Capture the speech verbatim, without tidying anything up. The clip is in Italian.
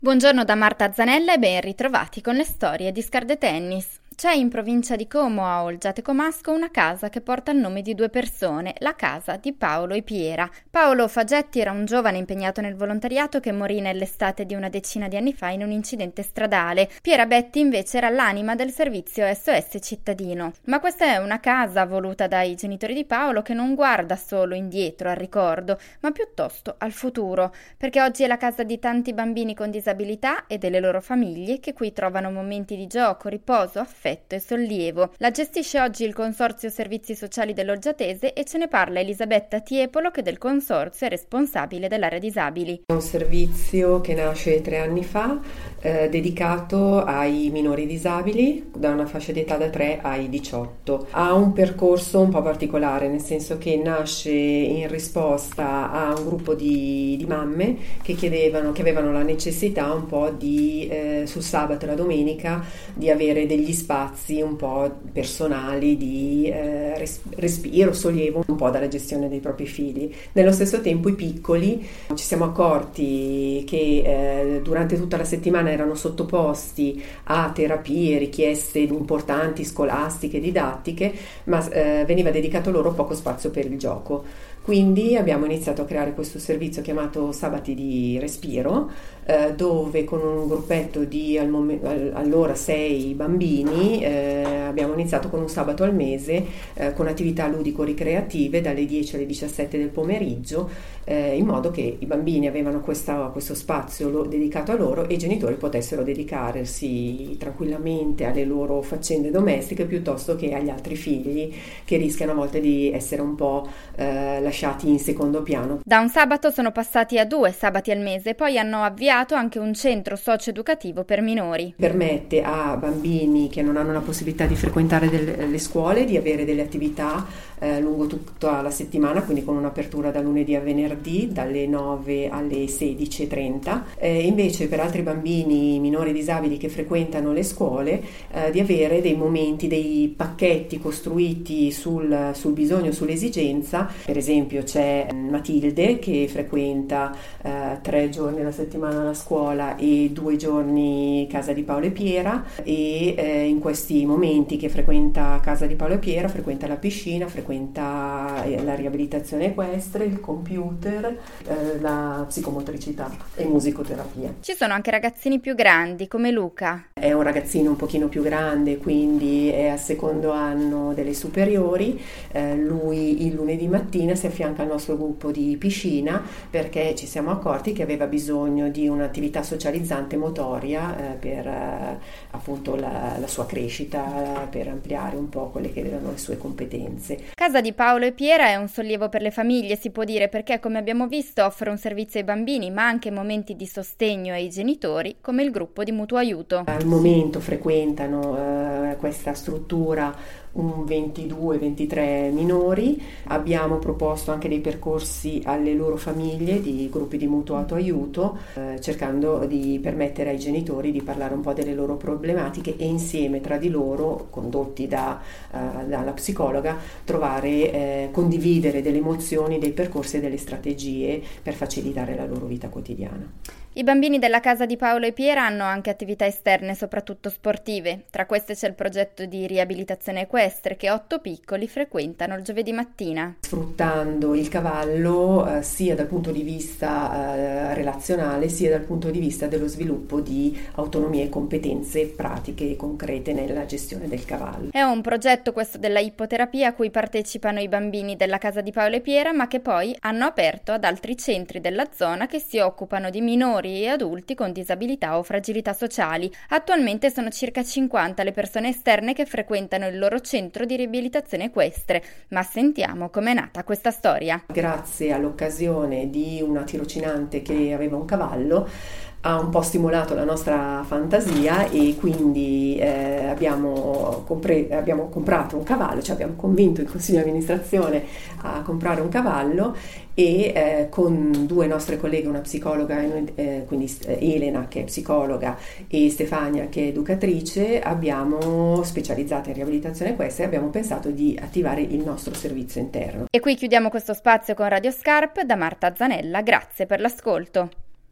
Buongiorno da Marta Zanella e ben ritrovati con le storie di Scar de Tennis. C'è in provincia di Como, a Olgiate Comasco, una casa che porta il nome di due persone, la casa di Paolo e Piera. Paolo Fagetti era un giovane impegnato nel volontariato che morì nell'estate di una decina di anni fa in un incidente stradale. Piera Betti invece era l'anima del servizio S O S cittadino. Ma questa è una casa voluta dai genitori di Paolo che non guarda solo indietro al ricordo, ma piuttosto al futuro, perché oggi è la casa di tanti bambini con disabilità e delle loro famiglie che qui trovano momenti di gioco, riposo, affetto e sollievo. La gestisce oggi il Consorzio Servizi Sociali dell'Olgiatese e ce ne parla Elisabetta Tiepolo, che del consorzio è responsabile dell'area disabili. È un servizio che nasce tre anni fa, eh, dedicato ai minori disabili da una fascia d'età da tre ai diciotto. Ha un percorso un po' particolare, nel senso che nasce in risposta a un gruppo di, di mamme che chiedevano, che avevano la necessità un po' di, eh, sul sabato e la domenica, di avere degli spazi un po' personali di eh, res- respiro, sollievo un po' dalla gestione dei propri figli. Nello stesso tempo i piccoli, ci siamo accorti che eh, durante tutta la settimana erano sottoposti a terapie, richieste importanti scolastiche, didattiche, ma eh, veniva dedicato loro poco spazio per il gioco. Quindi abbiamo iniziato a creare questo servizio chiamato Sabati di Respiro, eh, dove con un gruppetto di al mom- allora sei bambini eh, abbiamo iniziato con un sabato al mese eh, con attività ludico-ricreative dalle dieci alle diciassette del pomeriggio, eh, in modo che i bambini avevano questa, questo spazio lo- dedicato a loro e i genitori potessero dedicarsi tranquillamente alle loro faccende domestiche piuttosto che agli altri figli che rischiano a volte di essere un po' eh, lasciati in secondo piano. Da un sabato sono passati a due sabati al mese, poi hanno avviato anche un centro socio-educativo per minori. Permette a bambini che non hanno la possibilità di frequentare delle, le scuole di avere delle attività eh, lungo tutta la settimana, quindi con un'apertura da lunedì a venerdì dalle nove alle sedici e trenta. Eh, invece per altri bambini minori disabili che frequentano le scuole eh, di avere dei momenti, dei pacchetti costruiti sul, sul bisogno, sull'esigenza. Per esempio c'è Matilde che frequenta eh, tre giorni alla settimana la scuola e due giorni casa di Paolo e Piera, e eh, in questi momenti che frequenta casa di Paolo e Piera frequenta la piscina, frequenta eh, la riabilitazione equestre, il computer, eh, la psicomotricità e musicoterapia. Ci sono anche ragazzini più grandi come Luca. È un ragazzino un pochino più grande, quindi è al secondo anno delle superiori. Eh, lui il lunedì mattina si affianca al nostro gruppo di piscina perché ci siamo accorti che aveva bisogno di un'attività socializzante motoria eh, per eh, appunto la, la sua crescita, eh, per ampliare un po' quelle che erano le sue competenze. Casa di Paolo e Piera è un sollievo per le famiglie, si può dire, perché come abbiamo visto offre un servizio ai bambini ma anche momenti di sostegno ai genitori come il gruppo di mutuo aiuto. Al momento frequentano eh, questa struttura un ventidue ventitré minori. Abbiamo proposto anche dei percorsi alle loro famiglie di gruppi di mutuo aiuto, eh, cercando di permettere ai genitori di parlare un po' delle loro problematiche e insieme tra di loro, condotti da, uh, dalla psicologa, trovare, eh, condividere delle emozioni, dei percorsi e delle strategie per facilitare la loro vita quotidiana. I bambini della casa di Paolo e Piera hanno anche attività esterne, soprattutto sportive. Tra queste c'è il progetto di riabilitazione equestre che otto piccoli frequentano il giovedì mattina. Sfruttando il cavallo eh, sia dal punto di vista eh, relazionale sia dal punto di vista dello sviluppo di autonomia e competenze pratiche e concrete nella gestione del cavallo. È un progetto questo della ippoterapia a cui partecipano i bambini della casa di Paolo e Piera, ma che poi hanno aperto ad altri centri della zona che si occupano di minori e adulti con disabilità o fragilità sociali. Attualmente sono circa cinquanta le persone esterne che frequentano il loro centro di riabilitazione equestre, ma sentiamo com'è nata questa storia. Grazie all'occasione di una tirocinante che aveva un cavallo, ha un po' stimolato la nostra fantasia e quindi eh, abbiamo, compre- abbiamo comprato un cavallo, cioè abbiamo convinto il consiglio di amministrazione a comprare un cavallo e eh, con due nostre colleghe, una psicologa, eh, quindi Elena che è psicologa e Stefania che è educatrice, abbiamo specializzato in riabilitazione equestre e abbiamo pensato di attivare il nostro servizio interno. E qui chiudiamo questo spazio con Radio Scarp. Da Marta Zanella, grazie per l'ascolto.